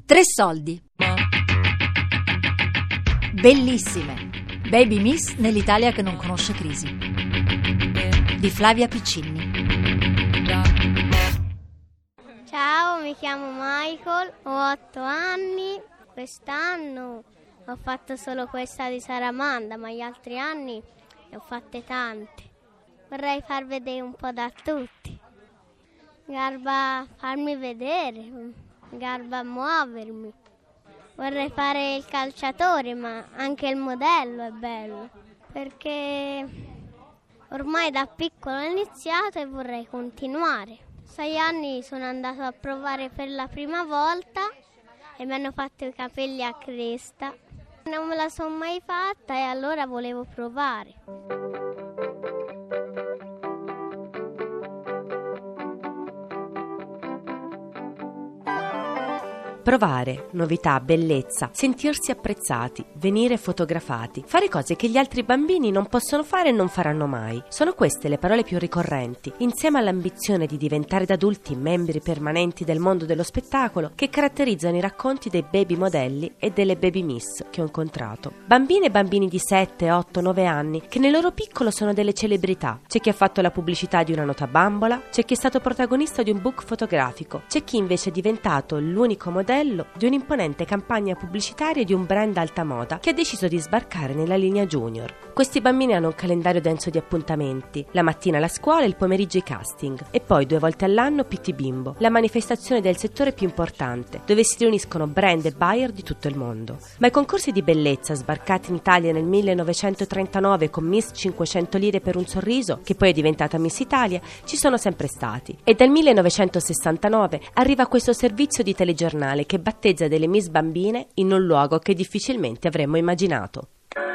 Tre soldi. Bellissime. Baby Miss nell'Italia che non conosce crisi. Di Flavia Piccinni. Ciao, mi chiamo Michael, ho 8 anni. Quest'anno ho fatto solo questa di Saramanda, ma gli altri anni ne ho fatte tante. Vorrei far vedere un po' da tutti. Garba farmi vedere, garba muovermi. Vorrei fare il calciatore, ma anche il modello è bello, perché ormai da piccolo ho iniziato e vorrei continuare. 6 anni sono andato a provare per la prima volta e mi hanno fatto i capelli a cresta. Non me la sono mai fatta e allora volevo provare. Provare, novità, bellezza, sentirsi apprezzati, venire fotografati, fare cose che gli altri bambini non possono fare e non faranno mai. Sono queste le parole più ricorrenti, insieme all'ambizione di diventare da adulti membri permanenti del mondo dello spettacolo, che caratterizzano i racconti dei baby modelli e delle baby miss che ho incontrato. Bambine e bambini di 7, 8, 9 anni che nel loro piccolo sono delle celebrità. C'è chi ha fatto la pubblicità di una nota bambola, c'è chi è stato protagonista di un book fotografico, c'è chi invece è diventato l'unico modello di un'imponente campagna pubblicitaria di un brand alta moda che ha deciso di sbarcare nella linea junior. Questi bambini hanno un calendario denso di appuntamenti, la mattina la scuola e il pomeriggio i casting, e poi 2 volte all'anno PT Bimbo, la manifestazione del settore più importante, dove si riuniscono brand e buyer di tutto il mondo. Ma i concorsi di bellezza sbarcati in Italia nel 1939 con Miss 500 lire per un sorriso, che poi è diventata Miss Italia, ci sono sempre stati. E dal 1969 arriva questo servizio di telegiornale che battezza delle Miss bambine in un luogo che difficilmente avremmo immaginato.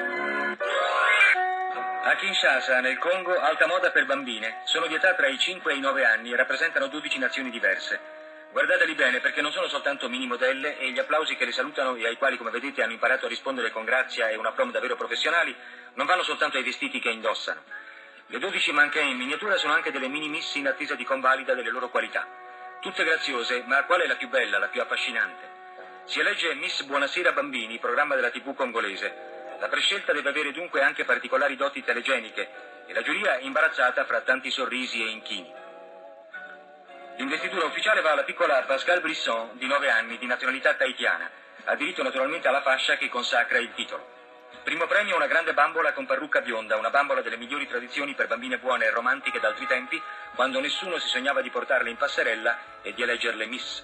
A Kinshasa, nel Congo, alta moda per bambine. Sono di età tra i 5 e i 9 anni e rappresentano 12 nazioni diverse. Guardateli bene perché non sono soltanto mini modelle e gli applausi che le salutano e ai quali, come vedete, hanno imparato a rispondere con grazia e una prom davvero professionali, non vanno soltanto ai vestiti che indossano. Le 12 mannequin in miniatura sono anche delle mini miss in attesa di convalida delle loro qualità. Tutte graziose, ma qual è la più bella, la più affascinante? Si elegge Miss Buonasera Bambini, programma della TV congolese. La prescelta deve avere dunque anche particolari doti telegeniche e la giuria è imbarazzata fra tanti sorrisi e inchini. L'investitura ufficiale va alla piccola Pascal Brisson, di 9 anni, di nazionalità tahitiana. Ha diritto naturalmente alla fascia che consacra il titolo. Primo premio una grande bambola con parrucca bionda, una bambola delle migliori tradizioni per bambine buone e romantiche d'altri tempi, quando nessuno si sognava di portarle in passerella e di eleggerle Miss.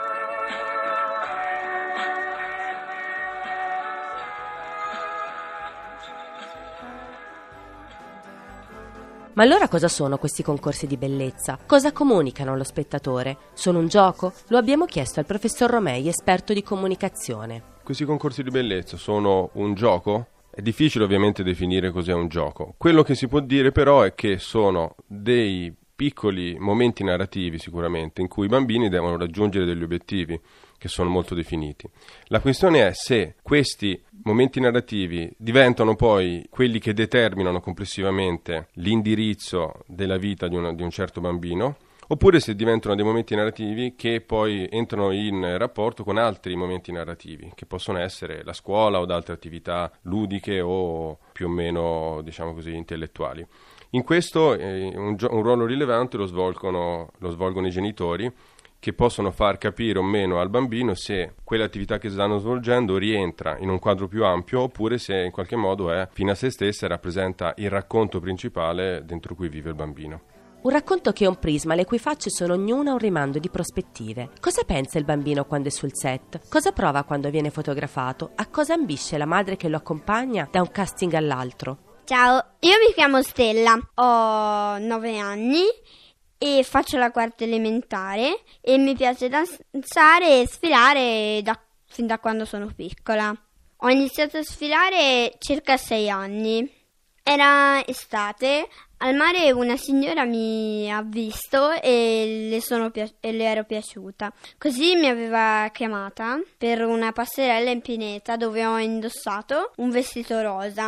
Ma allora cosa sono questi concorsi di bellezza? Cosa comunicano allo spettatore? Sono un gioco? Lo abbiamo chiesto al professor Romei, esperto di comunicazione. Questi concorsi di bellezza sono un gioco? È difficile ovviamente definire cos'è un gioco. Quello che si può dire però è che sono dei piccoli momenti narrativi sicuramente in cui i bambini devono raggiungere degli obiettivi che sono molto definiti. La questione è se questi momenti narrativi diventano poi quelli che determinano complessivamente l'indirizzo della vita di un certo bambino, oppure se diventano dei momenti narrativi che poi entrano in rapporto con altri momenti narrativi, che possono essere la scuola o altre attività ludiche o più o meno, diciamo così, intellettuali. In questo un ruolo rilevante lo svolgono i genitori, che possono far capire o meno al bambino se quell'attività che stanno svolgendo rientra in un quadro più ampio oppure se in qualche modo è fine a se stessa e rappresenta il racconto principale dentro cui vive il bambino. Un racconto che è un prisma, le cui facce sono ognuna un rimando di prospettive. Cosa pensa il bambino quando è sul set? Cosa prova quando viene fotografato? A cosa ambisce la madre che lo accompagna da un casting all'altro? Ciao, io mi chiamo Stella, ho 9 anni e faccio la quarta elementare e mi piace danzare e sfilare fin da quando sono piccola. Ho iniziato a sfilare circa 6 anni. Era estate, al mare una signora mi ha visto e le ero piaciuta. Così mi aveva chiamata per una passerella in pineta dove ho indossato un vestito rosa.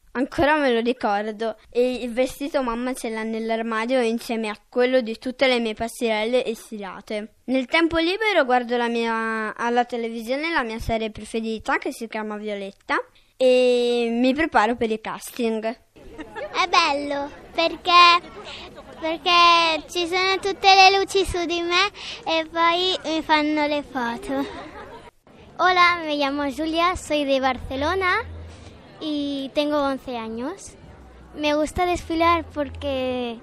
Ancora me lo ricordo, e il vestito mamma ce l'ha nell'armadio insieme a quello di tutte le mie passerelle e sfilate. Nel tempo libero guardo alla televisione la mia serie preferita che si chiama Violetta e mi preparo per i casting. È bello perché ci sono tutte le luci su di me e poi mi fanno le foto. Hola, me llamo Julia, soy de Barcelona y tengo 11 años. Me gusta desfilar porque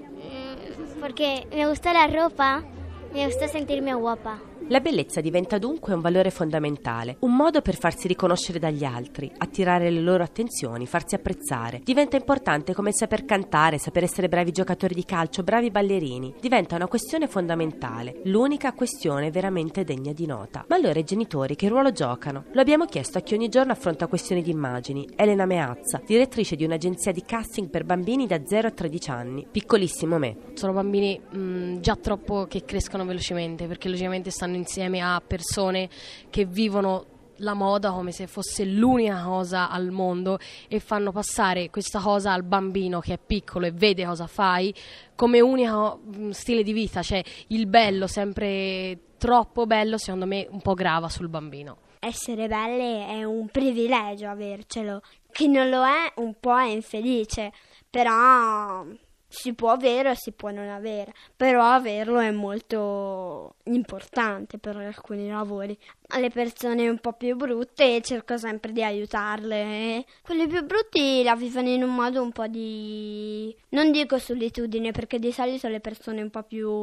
me gusta la ropa, me gusta sentirme guapa. La bellezza diventa dunque un valore fondamentale, un modo per farsi riconoscere dagli altri, attirare le loro attenzioni, farsi apprezzare. Diventa importante come saper cantare, saper essere bravi giocatori di calcio, bravi ballerini. Diventa una questione fondamentale, l'unica questione veramente degna di nota. Ma allora i genitori che ruolo giocano? Lo abbiamo chiesto a chi ogni giorno affronta questioni di immagini, Elena Meazza, direttrice di un'agenzia di casting per bambini da 0 a 13 anni. Piccolissimo me. Sono bambini già troppo che crescono velocemente, perché logicamente stanno insieme a persone che vivono la moda come se fosse l'unica cosa al mondo e fanno passare questa cosa al bambino che è piccolo e vede cosa fai come unico stile di vita, cioè il bello, sempre troppo bello, secondo me un po' grava sul bambino. Essere belle è un privilegio avercelo, chi non lo è un po' è infelice, però si può avere o si può non avere, però averlo è molto importante per alcuni lavori. Alle persone un po' più brutte cerco sempre di aiutarle. Quelli più brutti la vivono in un modo un po' di, non dico solitudine, perché di solito le persone un po' più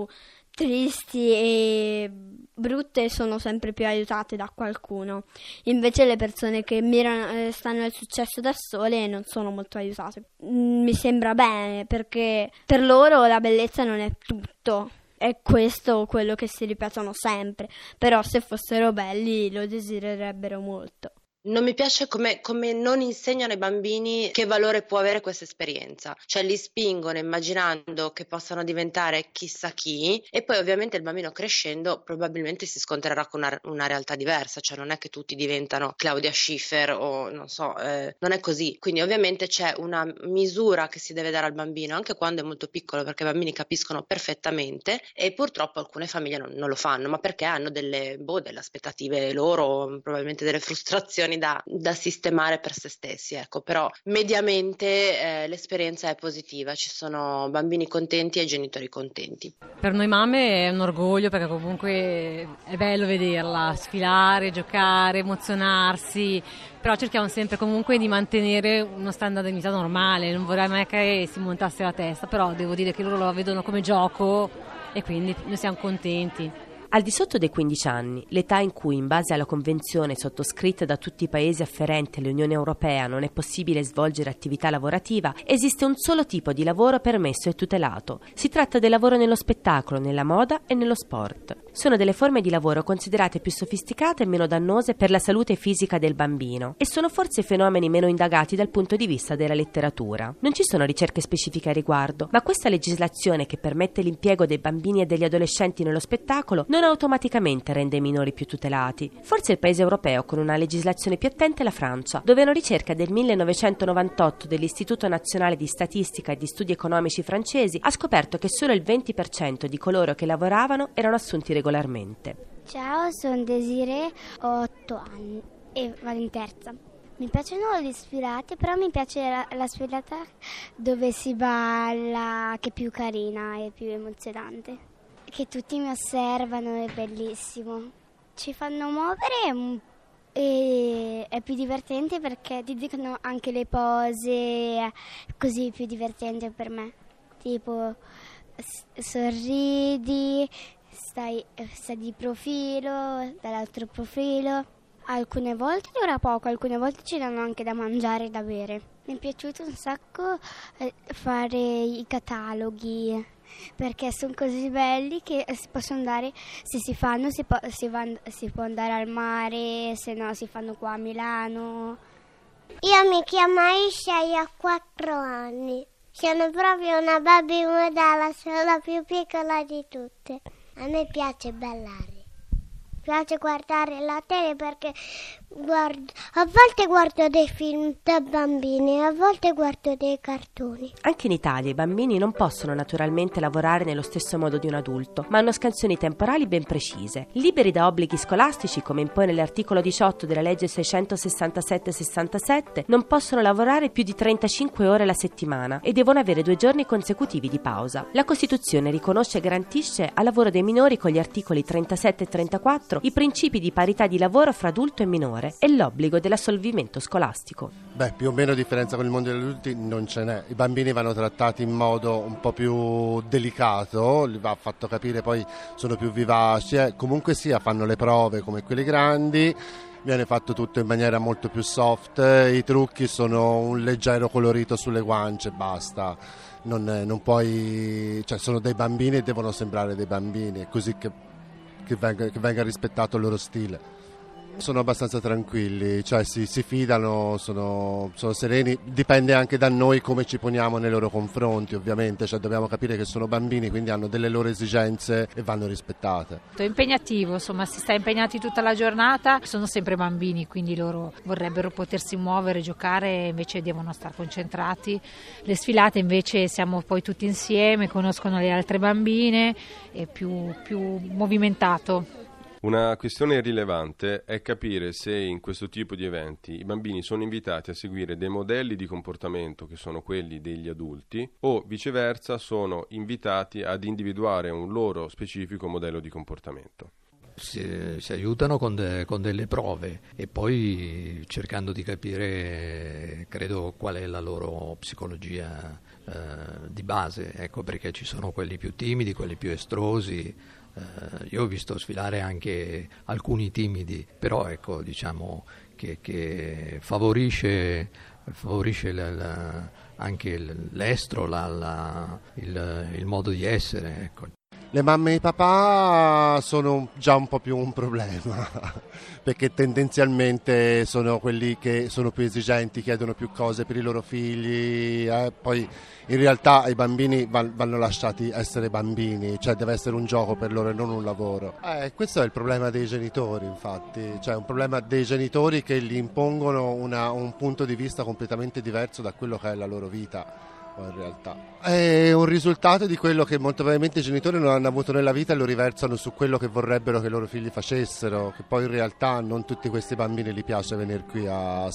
tristi e brutte sono sempre più aiutate da qualcuno, invece le persone che stanno al successo da sole non sono molto aiutate. Mi sembra bene, perché per loro la bellezza non è tutto, è questo quello che si ripetono sempre, però se fossero belli lo desidererebbero molto. Non mi piace come non insegnano ai bambini che valore può avere questa esperienza, cioè li spingono immaginando che possano diventare chissà chi e poi ovviamente il bambino crescendo probabilmente si scontrerà con una realtà diversa, cioè non è che tutti diventano Claudia Schiffer o non so, non è così, quindi ovviamente c'è una misura che si deve dare al bambino anche quando è molto piccolo, perché i bambini capiscono perfettamente e purtroppo alcune famiglie non lo fanno, ma perché hanno delle aspettative loro, probabilmente delle frustrazioni da sistemare per se stessi, ecco. Però mediamente l'esperienza è positiva, ci sono bambini contenti e genitori contenti. Per noi mamme è un orgoglio, perché comunque è bello vederla sfilare, giocare, emozionarsi, però cerchiamo sempre comunque di mantenere uno standard di vita normale, non vorrei mai che si montasse la testa, però devo dire che loro lo vedono come gioco e quindi noi siamo contenti. Al di sotto dei 15 anni, l'età in cui, in base alla convenzione sottoscritta da tutti i paesi afferenti all'Unione Europea, non è possibile svolgere attività lavorativa, esiste un solo tipo di lavoro permesso e tutelato. Si tratta del lavoro nello spettacolo, nella moda e nello sport. Sono delle forme di lavoro considerate più sofisticate e meno dannose per la salute fisica del bambino e sono forse fenomeni meno indagati dal punto di vista della letteratura. Non ci sono ricerche specifiche a riguardo, ma questa legislazione che permette l'impiego dei bambini e degli adolescenti nello spettacolo non automaticamente rende i minori più tutelati. Forse il paese europeo con una legislazione più attenta è la Francia, dove una ricerca del 1998 dell'Istituto Nazionale di Statistica e di Studi Economici francesi ha scoperto che solo il 20% di coloro che lavoravano erano assunti regolarmente. Ciao, sono Desiree, ho 8 anni e vado in terza. Mi piacciono le sfilate, però mi piace la sfilata dove si balla, che è più carina e più emozionante. Che tutti mi osservano, è bellissimo. Ci fanno muovere e è più divertente perché ti dicono anche le pose, così è più divertente per me. Tipo sorridi, stai di profilo, dall'altro profilo. Alcune volte dura poco, alcune volte ci danno anche da mangiare e da bere. Mi è piaciuto un sacco fare i cataloghi, perché sono così belli che si possono andare, se si fanno si può andare al mare, se no si fanno qua a Milano. Io mi chiamo Aisha e ho 4 anni. Sono proprio una baby modella, sono la più piccola di tutte. A me piace ballare. piace guardare la tele perché a volte guardo dei film da bambini, a volte guardo dei cartoni. Anche in Italia i bambini non possono naturalmente lavorare nello stesso modo di un adulto, ma hanno scansioni temporali ben precise. Liberi da obblighi scolastici, come impone l'articolo 18 della legge 667-67, non possono lavorare più di 35 ore alla settimana e devono avere 2 giorni consecutivi di pausa. La Costituzione riconosce e garantisce al lavoro dei minori con gli articoli 37 e 34 i principi di parità di lavoro fra adulto e minore e l'obbligo dell'assolvimento scolastico. Più o meno differenza con il mondo degli adulti non ce n'è. I bambini vanno trattati in modo un po' più delicato, li va fatto capire, poi sono più vivaci, comunque sia fanno le prove come quelli grandi, viene fatto tutto in maniera molto più soft, i trucchi sono un leggero colorito sulle guance, basta. Non puoi, cioè sono dei bambini e devono sembrare dei bambini, è così che venga rispettato il loro stile. Sono abbastanza tranquilli, cioè si fidano, sono sereni, dipende anche da noi come ci poniamo nei loro confronti, ovviamente, cioè dobbiamo capire che sono bambini, quindi hanno delle loro esigenze e vanno rispettate. È impegnativo, insomma, si sta impegnati tutta la giornata, sono sempre bambini, quindi loro vorrebbero potersi muovere, giocare, invece devono stare concentrati. Le sfilate invece siamo poi tutti insieme, conoscono le altre bambine, è più movimentato. Una questione rilevante è capire se in questo tipo di eventi i bambini sono invitati a seguire dei modelli di comportamento che sono quelli degli adulti o viceversa sono invitati ad individuare un loro specifico modello di comportamento. Si aiutano con delle prove e poi cercando di capire, credo, qual è la loro psicologia di base, ecco, perché ci sono quelli più timidi, quelli più estrosi. Io ho visto sfilare anche alcuni timidi, però ecco, diciamo che favorisce anche l'estro, il modo di essere, ecco. Le mamme e i papà sono già un po' più un problema, perché tendenzialmente sono quelli che sono più esigenti, chiedono più cose per i loro figli, poi in realtà i bambini vanno lasciati essere bambini, cioè deve essere un gioco per loro e non un lavoro. Questo è il problema dei genitori, infatti, cioè un problema dei genitori che gli impongono un punto di vista completamente diverso da quello che è la loro vita. In realtà è un risultato di quello che molto probabilmente i genitori non hanno avuto nella vita e lo riversano su quello che vorrebbero che i loro figli facessero, che poi in realtà non tutti questi bambini gli piace venire qui a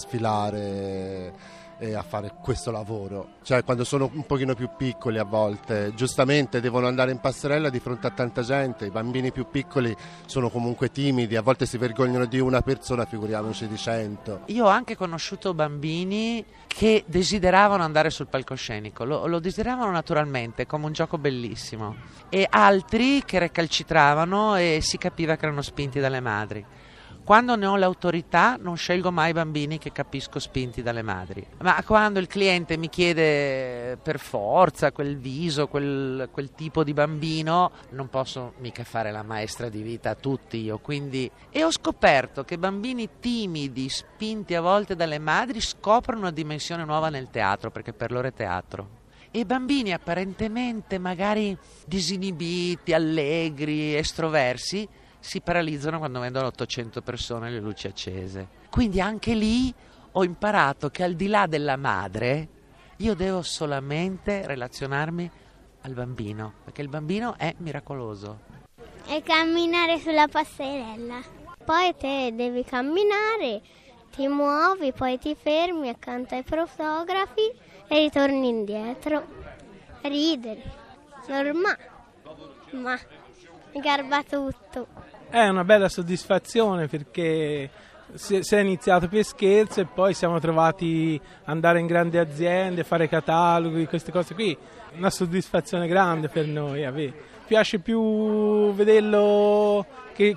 sfilare e a fare questo lavoro, cioè quando sono un pochino più piccoli a volte giustamente devono andare in passerella di fronte a tanta gente, i bambini più piccoli sono comunque timidi, a volte si vergognano di una persona, figuriamoci di 100. Io ho anche conosciuto bambini che desideravano andare sul palcoscenico, lo desideravano naturalmente come un gioco bellissimo, e altri che recalcitravano e si capiva che erano spinti dalle madri. Quando ne ho l'autorità non scelgo mai bambini che capisco spinti dalle madri, ma quando il cliente mi chiede per forza quel viso, quel tipo di bambino, non posso mica fare la maestra di vita a tutti io, quindi. E ho scoperto che bambini timidi, spinti a volte dalle madri, scoprono una dimensione nuova nel teatro, perché per loro è teatro. E bambini apparentemente magari disinibiti, allegri, estroversi, si paralizzano quando vedono 800 persone e le luci accese. Quindi anche lì ho imparato che al di là della madre io devo solamente relazionarmi al bambino, perché il bambino è miracoloso. E camminare sulla passerella. Poi te devi camminare, ti muovi, poi ti fermi accanto ai fotografi e ritorni indietro. Ridere, normale, ma garba tutto. È una bella soddisfazione perché si è iniziato per scherzo e poi siamo trovati andare in grandi aziende, fare cataloghi, queste cose qui. Una soddisfazione grande per noi. Piace più vederlo che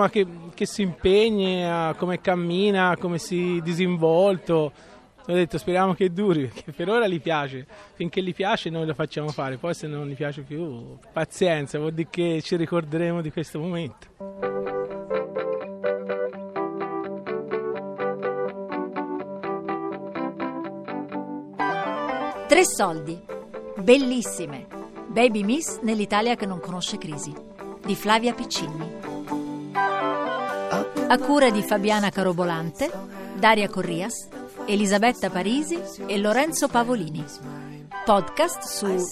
si impegna, come cammina, come si disinvolto. Ho detto speriamo che duri, perché per ora gli piace, finché gli piace noi lo facciamo fare, poi se non gli piace più pazienza, vuol dire che ci ricorderemo di questo momento. Tre soldi, bellissime, Baby Miss nell'Italia che non conosce crisi, di Flavia Piccini. A cura di Fabiana Carobolante, Daria Corrias, Elisabetta Parisi e Lorenzo Pavolini. Podcast su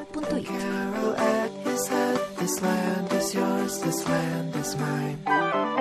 tressoldi.rai.it.